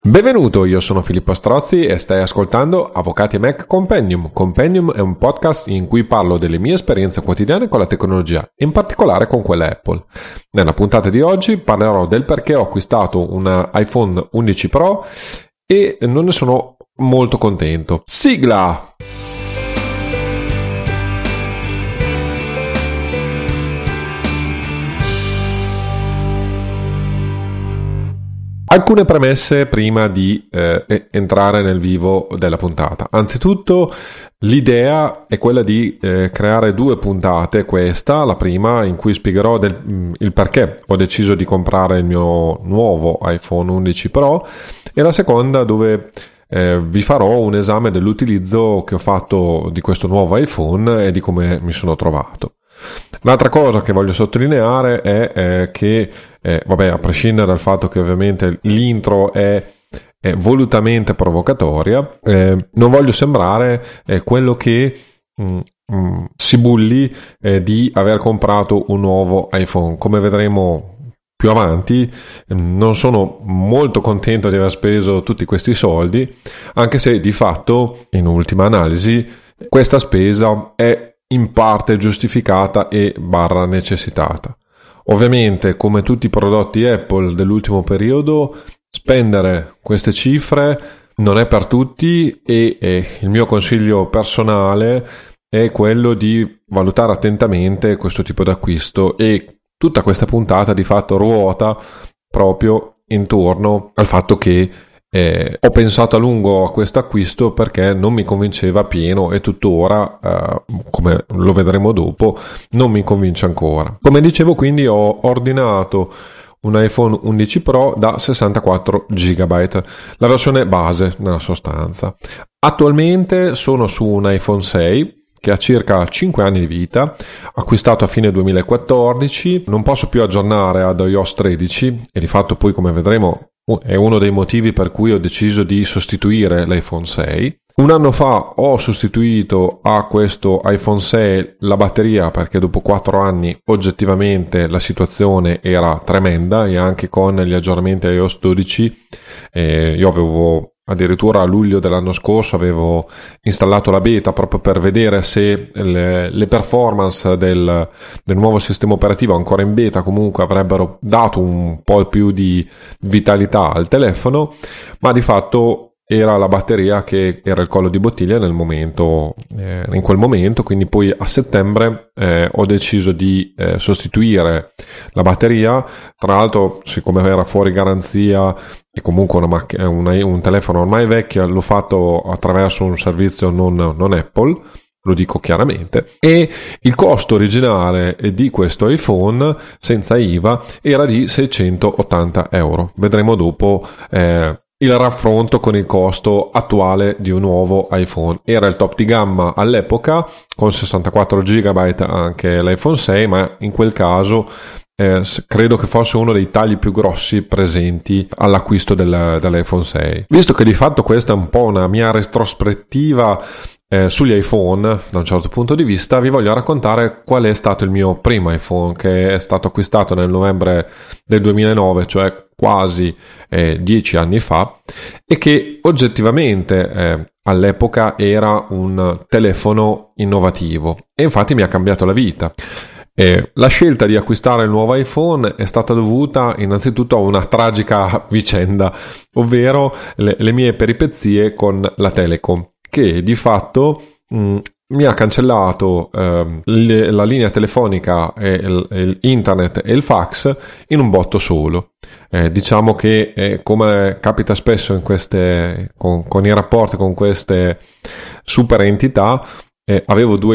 Benvenuto, io sono Filippo Strozzi e stai ascoltando Avvocati e Mac Compendium. Compendium è un podcast in cui parlo delle mie esperienze quotidiane con la tecnologia, in particolare con quella Apple. Nella puntata di oggi parlerò del perché ho acquistato un iPhone 11 Pro e non ne sono molto contento. Sigla! Alcune premesse prima di entrare nel vivo della puntata. Anzitutto, l'idea è quella di creare due puntate. Questa, la prima, in cui spiegherò il perché ho deciso di comprare il mio nuovo iPhone 11 Pro, e la seconda dove vi farò un esame dell'utilizzo che ho fatto di questo nuovo iPhone e di come mi sono trovato. L'altra cosa che voglio sottolineare è che a prescindere dal fatto che ovviamente l'intro è volutamente provocatoria, non voglio sembrare quello che si bulli di aver comprato un nuovo iPhone. Come vedremo più avanti, non sono molto contento di aver speso tutti questi soldi, anche se di fatto, in ultima analisi, questa spesa è in parte giustificata e / necessitata. Ovviamente, come tutti i prodotti Apple dell'ultimo periodo, spendere queste cifre non è per tutti e il mio consiglio personale è quello di valutare attentamente questo tipo di acquisto, e tutta questa puntata di fatto ruota proprio intorno al fatto che ho pensato a lungo a questo acquisto perché non mi convinceva pieno e tuttora, come lo vedremo dopo, non mi convince ancora. Come dicevo, quindi ho ordinato un iPhone 11 Pro da 64 GB, la versione base nella sostanza. Attualmente sono su un iPhone 6 che ha circa 5 anni di vita, acquistato a fine 2014, non posso più aggiornare ad iOS 13 e di fatto poi, come vedremo, è uno dei motivi per cui ho deciso di sostituire l'iPhone 6. Un anno fa ho sostituito a questo iPhone 6 la batteria perché dopo 4 anni oggettivamente la situazione era tremenda, e anche con gli aggiornamenti iOS 12 io avevo addirittura a luglio dell'anno scorso avevo installato la beta proprio per vedere se le performance del nuovo sistema operativo, ancora in beta, comunque avrebbero dato un po' più di vitalità al telefono, ma di fatto era la batteria che era il collo di bottiglia in quel momento. Quindi poi a settembre ho deciso di sostituire la batteria. Tra l'altro, siccome era fuori garanzia e comunque un telefono ormai vecchio, l'ho fatto attraverso un servizio non Apple, lo dico chiaramente, e il costo originale di questo iPhone senza IVA era di €680. Vedremo dopo il raffronto con il costo attuale di un nuovo iPhone. Era il top di gamma all'epoca, con 64 GB anche l'iPhone 6, ma in quel caso credo che fosse uno dei tagli più grossi presenti all'acquisto dell'iPhone 6. Visto che di fatto questa è un po' una mia retrospettiva sugli iPhone, da un certo punto di vista, vi voglio raccontare qual è stato il mio primo iPhone, che è stato acquistato nel novembre del 2009, cioè quasi 10 anni fa, e che oggettivamente all'epoca era un telefono innovativo e infatti mi ha cambiato la vita. La scelta di acquistare il nuovo iPhone è stata dovuta innanzitutto a una tragica vicenda, ovvero le mie peripezie con la Telecom, che di fatto mi ha cancellato la linea telefonica, il internet e il fax in un botto solo. Diciamo che come capita spesso in con i rapporti con queste super entità, avevo due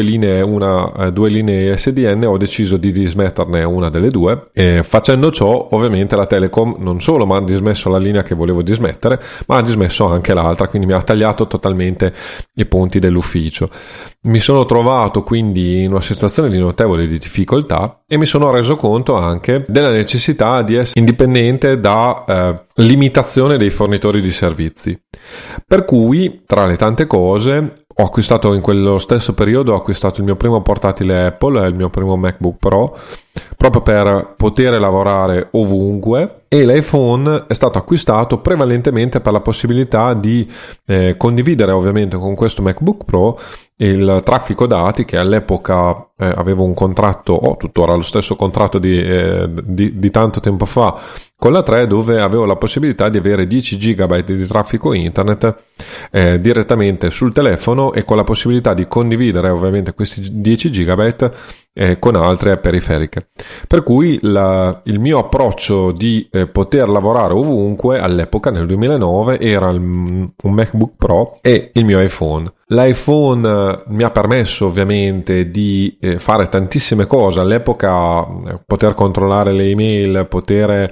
linee SDN, ho deciso di dismetterne una delle due, facendo ciò ovviamente la Telecom non solo mi ha dismesso la linea che volevo dismettere, ma ha dismesso anche l'altra, quindi mi ha tagliato totalmente i ponti dell'ufficio. Mi sono trovato quindi in una situazione di notevole difficoltà e mi sono reso conto anche della necessità di essere indipendente da limitazione dei fornitori di servizi, per cui tra le tante cose ho acquistato in quello stesso periodo il mio primo portatile Apple, il mio primo MacBook Pro, proprio per poter lavorare ovunque, e l'iPhone è stato acquistato prevalentemente per la possibilità di condividere ovviamente con questo MacBook Pro il traffico dati, che all'epoca avevo un contratto, ho tuttora lo stesso contratto di tanto tempo fa con la 3, dove avevo la possibilità di avere 10 GB di traffico internet direttamente sul telefono, e con la possibilità di condividere ovviamente questi 10 GB con altre periferiche. Per cui il mio approccio di poter lavorare ovunque all'epoca, nel 2009, era un MacBook Pro e il mio iPhone. L'iPhone mi ha permesso ovviamente di fare tantissime cose all'epoca, poter controllare le email, poter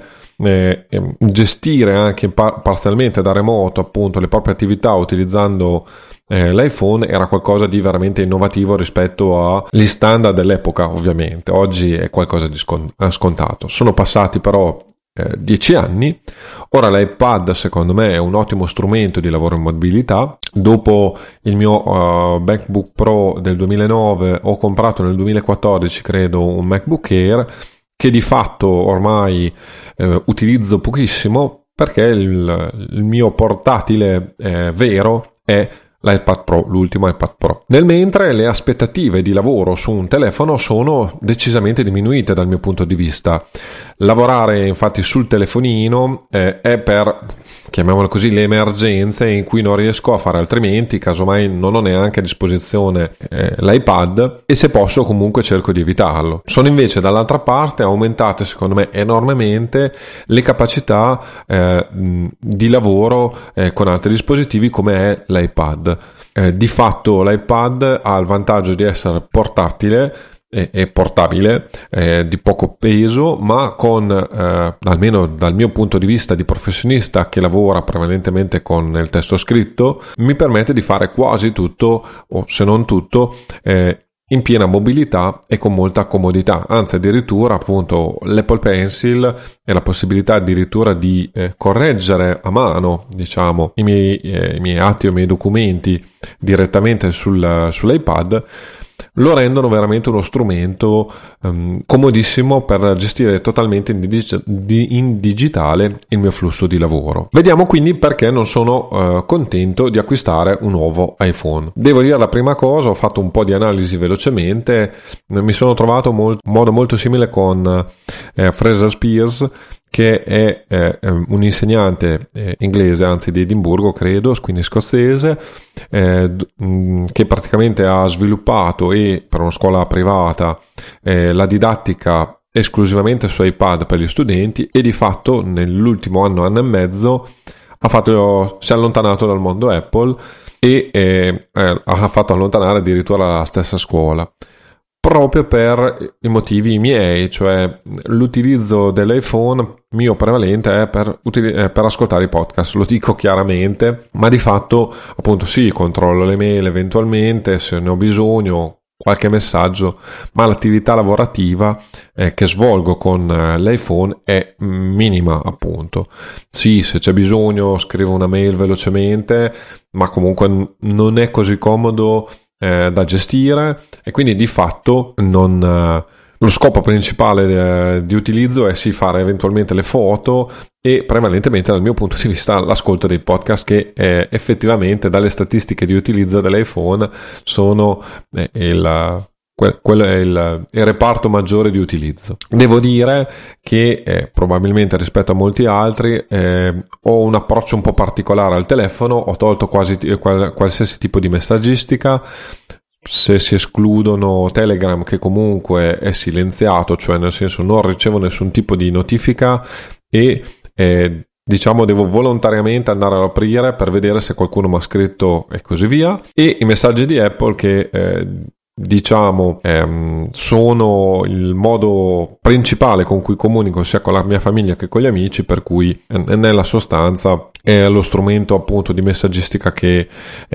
gestire anche parzialmente da remoto appunto le proprie attività utilizzando l'iPhone. Era qualcosa di veramente innovativo rispetto agli standard dell'epoca. Ovviamente oggi è qualcosa di scontato. Sono passati però 10 anni. Ora l'iPad secondo me è un ottimo strumento di lavoro in mobilità. Dopo il mio MacBook Pro del 2009 ho comprato nel 2014 credo un MacBook Air, che di fatto ormai utilizzo pochissimo, perché il mio portatile vero è l'iPad Pro, l'ultimo iPad Pro. Nel mentre le aspettative di lavoro su un telefono sono decisamente diminuite dal mio punto di vista. Lavorare infatti sul telefonino è per, chiamiamolo così, le emergenze in cui non riesco a fare altrimenti, casomai non ho neanche a disposizione l'iPad, e se posso comunque cerco di evitarlo. Sono invece dall'altra parte aumentate secondo me enormemente le capacità di lavoro con altri dispositivi come è l'iPad. Di fatto l'iPad ha il vantaggio di essere portatile e portabile, di poco peso, ma con almeno dal mio punto di vista di professionista che lavora prevalentemente con il testo scritto, mi permette di fare quasi tutto, o se non tutto, in piena mobilità e con molta comodità. Anzi, addirittura appunto l'Apple Pencil e la possibilità addirittura di correggere a mano, diciamo, i miei atti o i miei documenti direttamente sull'iPad lo rendono veramente uno strumento comodissimo per gestire totalmente in digitale il mio flusso di lavoro. Vediamo quindi perché non sono contento di acquistare un nuovo iPhone. Devo dire la prima cosa, ho fatto un po' di analisi velocemente, mi sono trovato un modo molto simile con Fraser Spears, che è un insegnante inglese, anzi di Edimburgo credo, quindi scozzese, che praticamente ha sviluppato, e per una scuola privata, la didattica esclusivamente su iPad per gli studenti, e di fatto nell'ultimo anno e mezzo si è allontanato dal mondo Apple e ha fatto allontanare addirittura la stessa scuola, proprio per i motivi miei, cioè l'utilizzo dell'iPhone mio prevalente è per ascoltare i podcast, lo dico chiaramente, ma di fatto appunto sì, controllo le mail eventualmente se ne ho bisogno, qualche messaggio, ma l'attività lavorativa che svolgo con l'iPhone è minima, appunto. Sì, se c'è bisogno scrivo una mail velocemente, ma comunque non è così comodo da gestire, e quindi di fatto lo scopo principale di utilizzo è sì fare eventualmente le foto e prevalentemente dal mio punto di vista l'ascolto dei podcast, che effettivamente dalle statistiche di utilizzo dell'iPhone sono quello è il reparto maggiore di utilizzo. Devo dire che probabilmente rispetto a molti altri ho un approccio un po' particolare al telefono, ho tolto qualsiasi tipo di messaggistica, se si escludono Telegram, che comunque è silenziato, cioè nel senso non ricevo nessun tipo di notifica, e diciamo devo volontariamente andare ad aprire per vedere se qualcuno mi ha scritto e così via, e i messaggi di Apple che diciamo sono il modo principale con cui comunico sia con la mia famiglia che con gli amici, per cui nella sostanza è lo strumento appunto di messaggistica che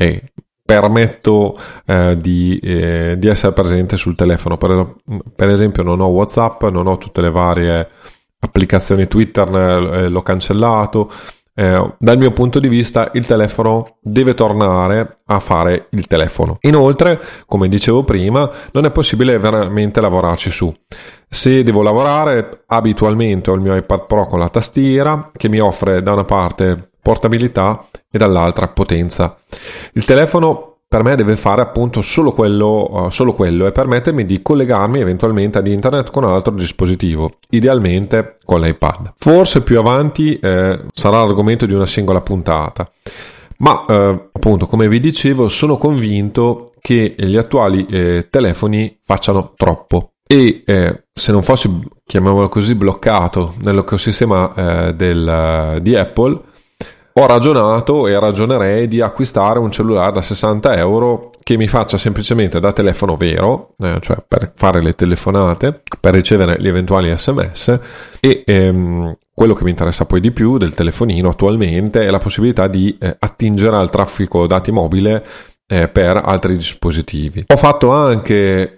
permetto di essere presente sul telefono. Per esempio non ho WhatsApp, non ho tutte le varie applicazioni, Twitter l'ho cancellato, dal mio punto di vista il telefono deve tornare a fare il telefono. Inoltre, come dicevo prima, non è possibile veramente lavorarci su. Se devo lavorare, abitualmente ho il mio iPad Pro con la tastiera che mi offre da una parte portabilità e dall'altra potenza. Il telefono per me deve fare appunto solo quello e permettermi di collegarmi eventualmente ad internet con un altro dispositivo, idealmente con l'iPad. Forse più avanti sarà l'argomento di una singola puntata, ma appunto, come vi dicevo, sono convinto che gli attuali telefoni facciano troppo e se non fossi, chiamiamolo così, bloccato nell'ecosistema di Apple, ho ragionato e ragionerei di acquistare un cellulare da 60 euro che mi faccia semplicemente da telefono vero, cioè per fare le telefonate, per ricevere gli eventuali SMS e quello che mi interessa poi di più del telefonino attualmente è la possibilità di attingere al traffico dati mobile per altri dispositivi. Ho fatto anche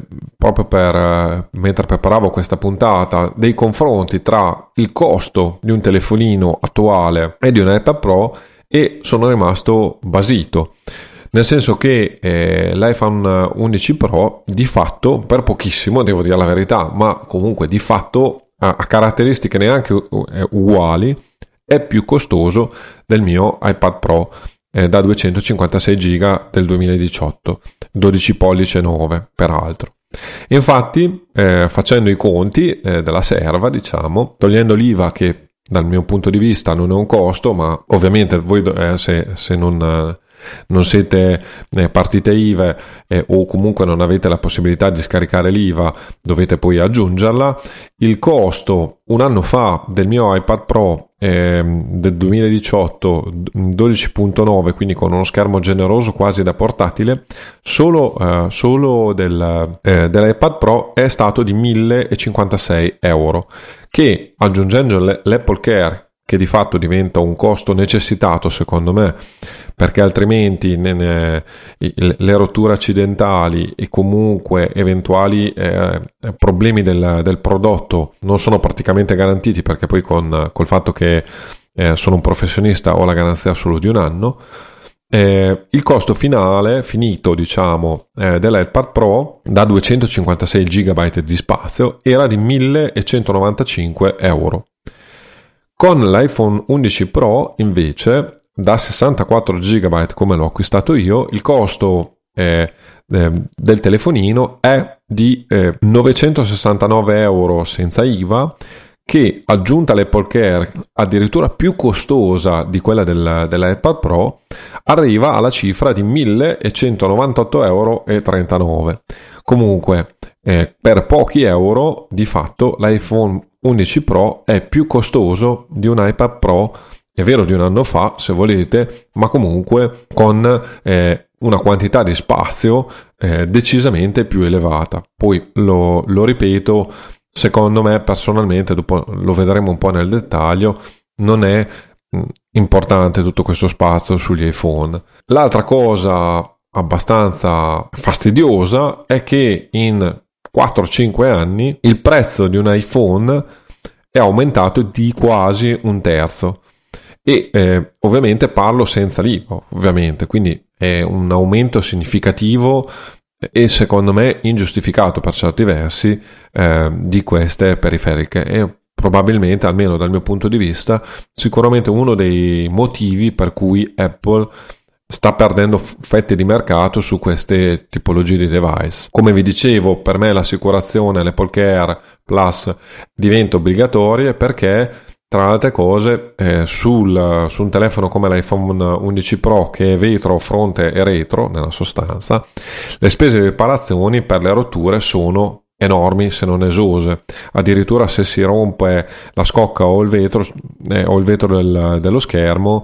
proprio mentre preparavo questa puntata dei confronti tra il costo di un telefonino attuale e di un iPad Pro e sono rimasto basito, nel senso che l'iPhone 11 Pro di fatto, per pochissimo devo dire la verità, ma comunque di fatto a caratteristiche neanche uguali, è più costoso del mio iPad Pro da 256 giga del 2018, 12 pollice 9 peraltro. Infatti, facendo i conti della serva, diciamo, togliendo l'IVA che dal mio punto di vista non è un costo, ma ovviamente voi se non siete partite IVA o comunque non avete la possibilità di scaricare l'IVA, dovete poi aggiungerla. Il costo un anno fa del mio iPad Pro del 2018 12.9, quindi con uno schermo generoso quasi da portatile, solo dell'iPad Pro è stato di 1.056 euro, che aggiungendo l'Apple Care, che di fatto diventa un costo necessitato secondo me, perché altrimenti le rotture accidentali e comunque eventuali problemi del prodotto non sono praticamente garantiti, perché poi col fatto che sono un professionista ho la garanzia solo di un anno. Il costo finito diciamo dell'iPad Pro da 256 GB di spazio era di 1.195 euro. Con l'iPhone 11 Pro invece da 64 GB come l'ho acquistato io, il costo del telefonino è di 969 euro senza IVA, che aggiunta l'Apple Care, addirittura più costosa di quella dell'iPad Pro, arriva alla cifra di 1.198,39 euro. Comunque per pochi euro di fatto l'iPhone 11 Pro è più costoso di un iPad Pro, è vero, di un anno fa se volete, ma comunque con una quantità di spazio decisamente più elevata. Poi lo ripeto, secondo me personalmente, dopo lo vedremo un po' nel dettaglio, non è importante tutto questo spazio sugli iPhone. L'altra cosa abbastanza fastidiosa è che in 4-5 anni il prezzo di un iPhone è aumentato di quasi un terzo e ovviamente parlo senza l'IVA, ovviamente, quindi è un aumento significativo e secondo me ingiustificato per certi versi di queste periferiche, e probabilmente, almeno dal mio punto di vista, sicuramente uno dei motivi per cui Apple sta perdendo fette di mercato su queste tipologie di device. Come vi dicevo, per me l'assicurazione, l'Apple Care Plus diventa obbligatoria perché, tra altre cose, su un telefono come l'iPhone 11 Pro, che è vetro, fronte e retro nella sostanza, le spese di riparazioni per le rotture sono enormi, se non esose. Addirittura se si rompe la scocca o il vetro dello schermo,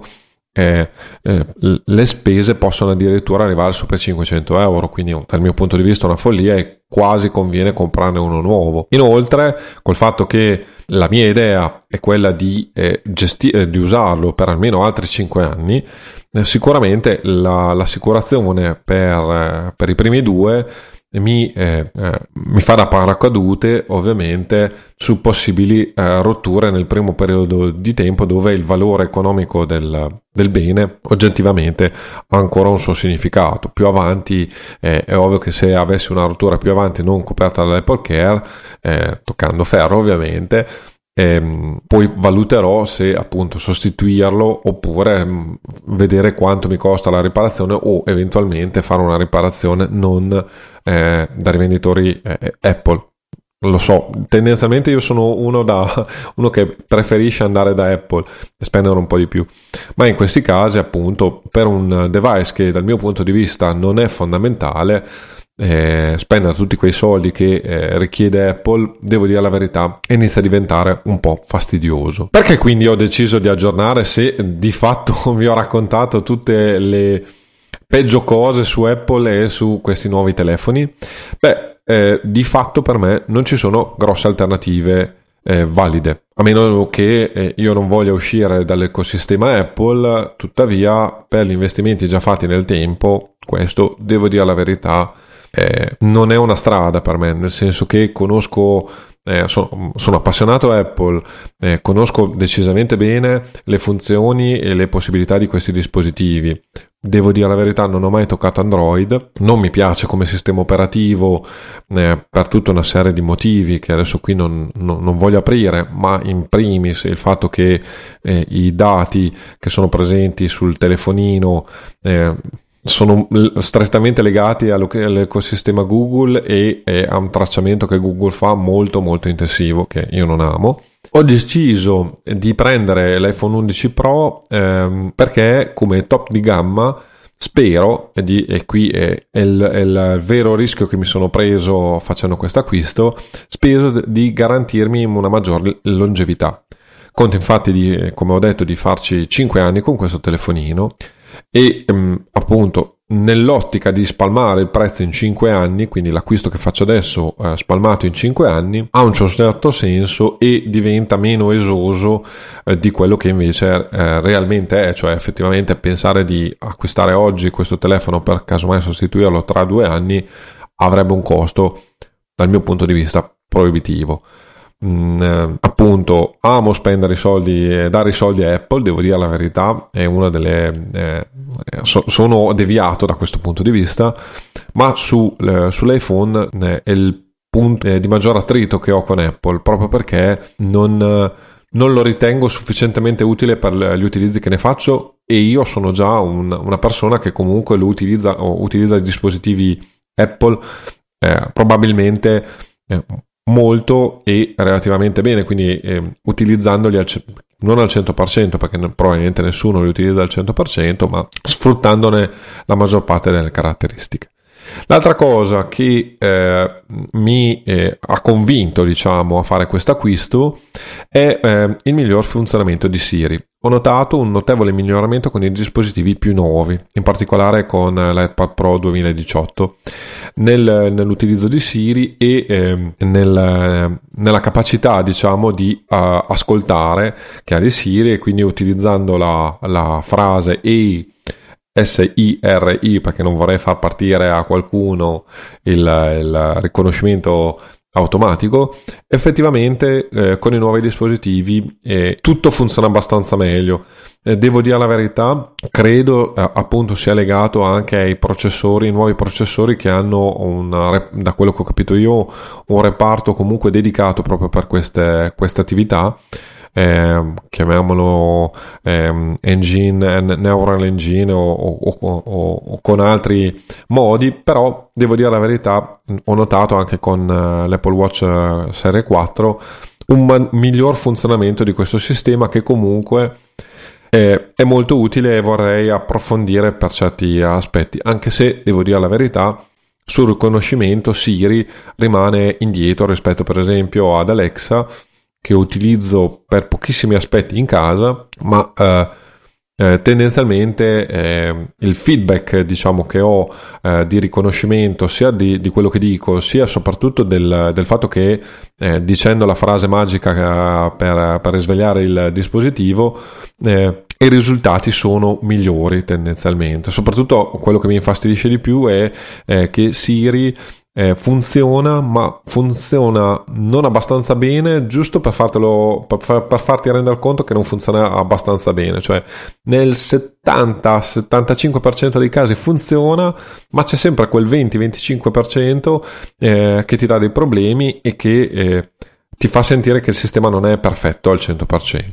le spese possono addirittura arrivare sopra i 500 euro, quindi dal mio punto di vista una follia e quasi conviene comprarne uno nuovo. Inoltre, col fatto che la mia idea è quella di usarlo per almeno altri 5 anni, sicuramente l'assicurazione per i primi 2 mi fa da paracadute ovviamente su possibili rotture nel primo periodo di tempo, dove il valore economico del bene oggettivamente ha ancora un suo significato. Più avanti è ovvio che se avessi una rottura più avanti non coperta dall'Apple Care, toccando ferro ovviamente, poi valuterò se appunto sostituirlo oppure vedere quanto mi costa la riparazione, o eventualmente fare una riparazione non da rivenditori Apple. Lo so, tendenzialmente io sono uno che preferisce andare da Apple e spendere un po' di più, ma in questi casi appunto per un device che dal mio punto di vista non è fondamentale, spendere tutti quei soldi che richiede Apple, devo dire la verità, inizia a diventare un po' fastidioso. Perché quindi ho deciso di aggiornare, se di fatto vi ho raccontato tutte le peggio cose su Apple e su questi nuovi telefoni? Di fatto per me non ci sono grosse alternative valide, a meno che io non voglia uscire dall'ecosistema Apple. Tuttavia, per gli investimenti già fatti nel tempo, questo, devo dire la verità, non è una strada per me, nel senso che conosco, sono appassionato Apple, conosco decisamente bene le funzioni e le possibilità di questi dispositivi. Devo dire la verità, non ho mai toccato Android, non mi piace come sistema operativo per tutta una serie di motivi che adesso qui non voglio aprire, ma in primis il fatto che i dati che sono presenti sul telefonino sono strettamente legati all'ecosistema Google e a un tracciamento che Google fa molto molto intensivo, che io non amo. Ho deciso di prendere l'iPhone 11 Pro perché come top di gamma spero, e qui è il vero rischio che mi sono preso facendo questo acquisto, spero di garantirmi una maggior longevità. Conto infatti, come ho detto, di farci 5 anni con questo telefonino, e appunto nell'ottica di spalmare il prezzo in 5 anni, quindi l'acquisto che faccio adesso spalmato in 5 anni ha un certo senso e diventa meno esoso di quello che invece realmente è, cioè effettivamente pensare di acquistare oggi questo telefono per casomai sostituirlo tra 2 anni avrebbe un costo dal mio punto di vista proibitivo. Appunto amo spendere i soldi e dare i soldi a Apple, devo dire la verità, è una delle sono deviato da questo punto di vista, ma sull'iPhone è il punto di maggior attrito che ho con Apple, proprio perché non lo ritengo sufficientemente utile per gli utilizzi che ne faccio, e io sono già una persona che comunque lo utilizza i dispositivi Apple probabilmente molto e relativamente bene, quindi utilizzandoli non al 100%, perché probabilmente nessuno li utilizza al 100%, ma sfruttandone la maggior parte delle caratteristiche. L'altra cosa che mi ha convinto, diciamo, a fare questo acquisto è il miglior funzionamento di Siri. Ho notato un notevole miglioramento con i dispositivi più nuovi, in particolare con l'iPad Pro 2018, nell'utilizzo di Siri e nella capacità, diciamo, di ascoltare che ha di Siri, e quindi utilizzando la frase SIRI, perché non vorrei far partire a qualcuno il riconoscimento automatico. Effettivamente con i nuovi dispositivi tutto funziona abbastanza meglio. Devo dire la verità, credo appunto sia legato anche ai processori, nuovi processori che hanno da quello che ho capito io, un reparto comunque dedicato proprio per queste attività. Chiamiamolo engine, neural engine o con altri modi, però devo dire la verità, ho notato anche con l'Apple Watch Serie 4 un miglior funzionamento di questo sistema, che comunque è molto utile e vorrei approfondire per certi aspetti, anche se devo dire la verità, sul riconoscimento Siri rimane indietro rispetto per esempio ad Alexa, che utilizzo per pochissimi aspetti in casa, ma tendenzialmente il feedback, diciamo, che ho di riconoscimento sia di quello che dico, sia soprattutto del fatto che dicendo la frase magica per risvegliare il dispositivo i risultati sono migliori tendenzialmente. Soprattutto quello che mi infastidisce di più è che Siri funziona, ma funziona non abbastanza bene, giusto per farti rendere conto che non funziona abbastanza bene. Cioè nel 70-75% dei casi funziona, ma c'è sempre quel 20-25% che ti dà dei problemi e che ti fa sentire che il sistema non è perfetto al 100%.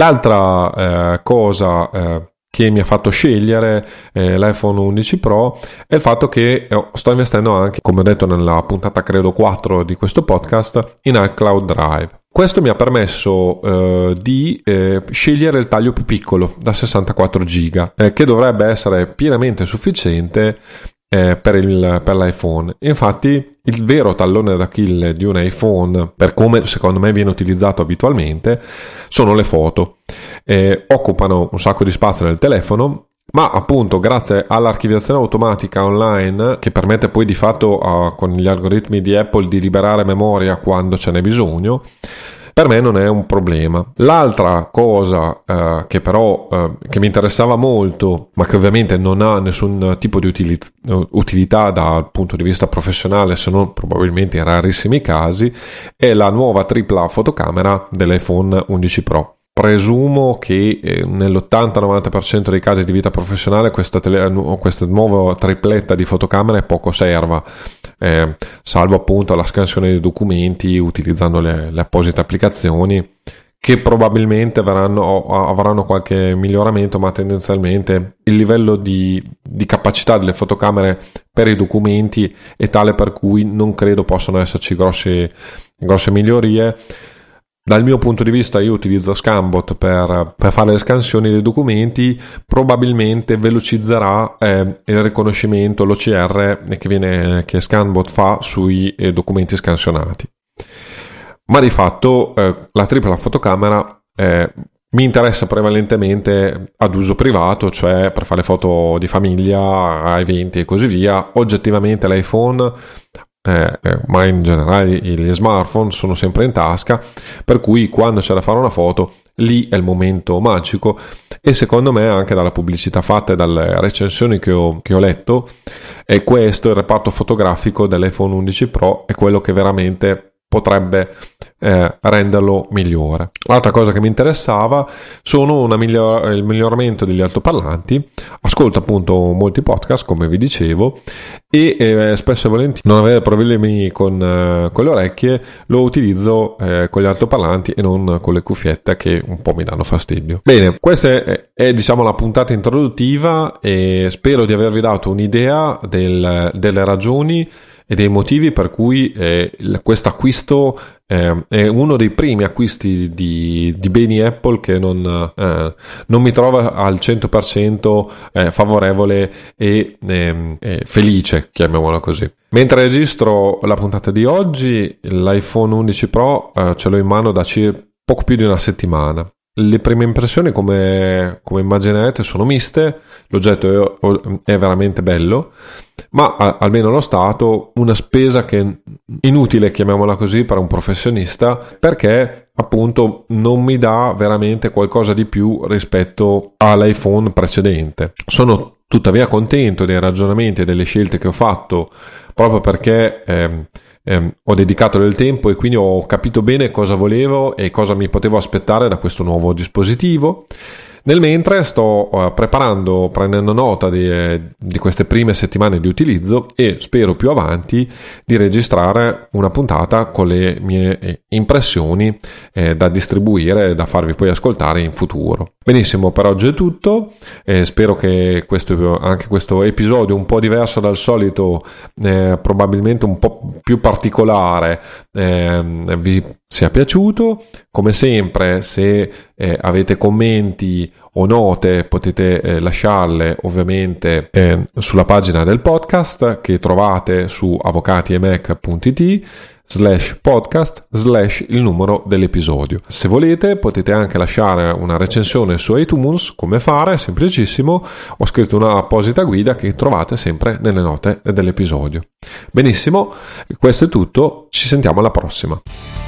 L'altra cosa che mi ha fatto scegliere l'iPhone 11 Pro è il fatto che sto investendo anche, come ho detto nella puntata credo 4 di questo podcast, in iCloud Drive. Questo mi ha permesso di scegliere il taglio più piccolo da 64 giga, che dovrebbe essere pienamente sufficiente per l'iPhone. Infatti il vero tallone d'Achille di un iPhone, per come secondo me viene utilizzato abitualmente, sono le foto. Occupano un sacco di spazio nel telefono, ma appunto grazie all'archiviazione automatica online, che permette poi di fatto con gli algoritmi di Apple di liberare memoria quando ce n'è bisogno, per me non è un problema. L'altra cosa che però che mi interessava molto, ma che ovviamente non ha nessun tipo di utilità dal punto di vista professionale, se non probabilmente in rarissimi casi, è la nuova tripla fotocamera dell'iPhone 11 Pro. Presumo che nell'80-90% dei casi di vita professionale questa nuova tripletta di fotocamere poco serva, salvo appunto la scansione dei documenti utilizzando le apposite applicazioni, che probabilmente avranno qualche miglioramento, ma tendenzialmente il livello di capacità delle fotocamere per i documenti è tale per cui non credo possano esserci grosse migliorie. Dal mio punto di vista io utilizzo Scanbot per fare le scansioni dei documenti, probabilmente velocizzerà il riconoscimento, l'OCR che Scanbot fa sui documenti scansionati. Ma di fatto la tripla fotocamera mi interessa prevalentemente ad uso privato, cioè per fare foto di famiglia, a eventi e così via. Oggettivamente l'iPhone ma in generale gli smartphone sono sempre in tasca, per cui quando c'è da fare una foto lì è il momento magico. E secondo me anche dalla pubblicità fatta e dalle recensioni che ho letto, è questo il reparto fotografico dell'iPhone 11 Pro, è quello che veramente potrebbe renderlo migliore. L'altra cosa che mi interessava sono il miglioramento degli altoparlanti. Ascolto appunto molti podcast, come vi dicevo, e spesso e volentieri non avere problemi con le orecchie lo utilizzo con gli altoparlanti e non con le cuffiette, che un po' mi danno fastidio. Bene, questa è diciamo la puntata introduttiva e spero di avervi dato un'idea delle ragioni e dei motivi per cui questo acquisto è uno dei primi acquisti di beni Apple che non mi trova al 100% favorevole e felice, chiamiamola così. Mentre registro la puntata di oggi, l'iPhone 11 Pro ce l'ho in mano da poco più di una settimana. Le prime impressioni, come immaginerete, sono miste. L'oggetto è veramente bello, ma almeno allo stato una spesa che inutile, chiamiamola così, per un professionista, perché appunto non mi dà veramente qualcosa di più rispetto all'iPhone precedente. Sono tuttavia contento dei ragionamenti e delle scelte che ho fatto, proprio perché ho dedicato del tempo e quindi ho capito bene cosa volevo e cosa mi potevo aspettare da questo nuovo dispositivo. Nel mentre sto prendendo nota di queste prime settimane di utilizzo e spero più avanti di registrare una puntata con le mie impressioni da distribuire e da farvi poi ascoltare in futuro. Benissimo, per oggi è tutto. Spero che anche questo episodio un po' diverso dal solito, probabilmente un po' più particolare, vi sia piaciuto. Come sempre, se avete commenti o note potete lasciarle ovviamente sulla pagina del podcast che trovate su avvocatiemac.it/podcast/ il numero dell'episodio. Se volete potete anche lasciare una recensione su iTunes. Come fare? Semplicissimo, ho scritto una apposita guida che trovate sempre nelle note dell'episodio. Benissimo, questo è tutto, ci sentiamo alla prossima.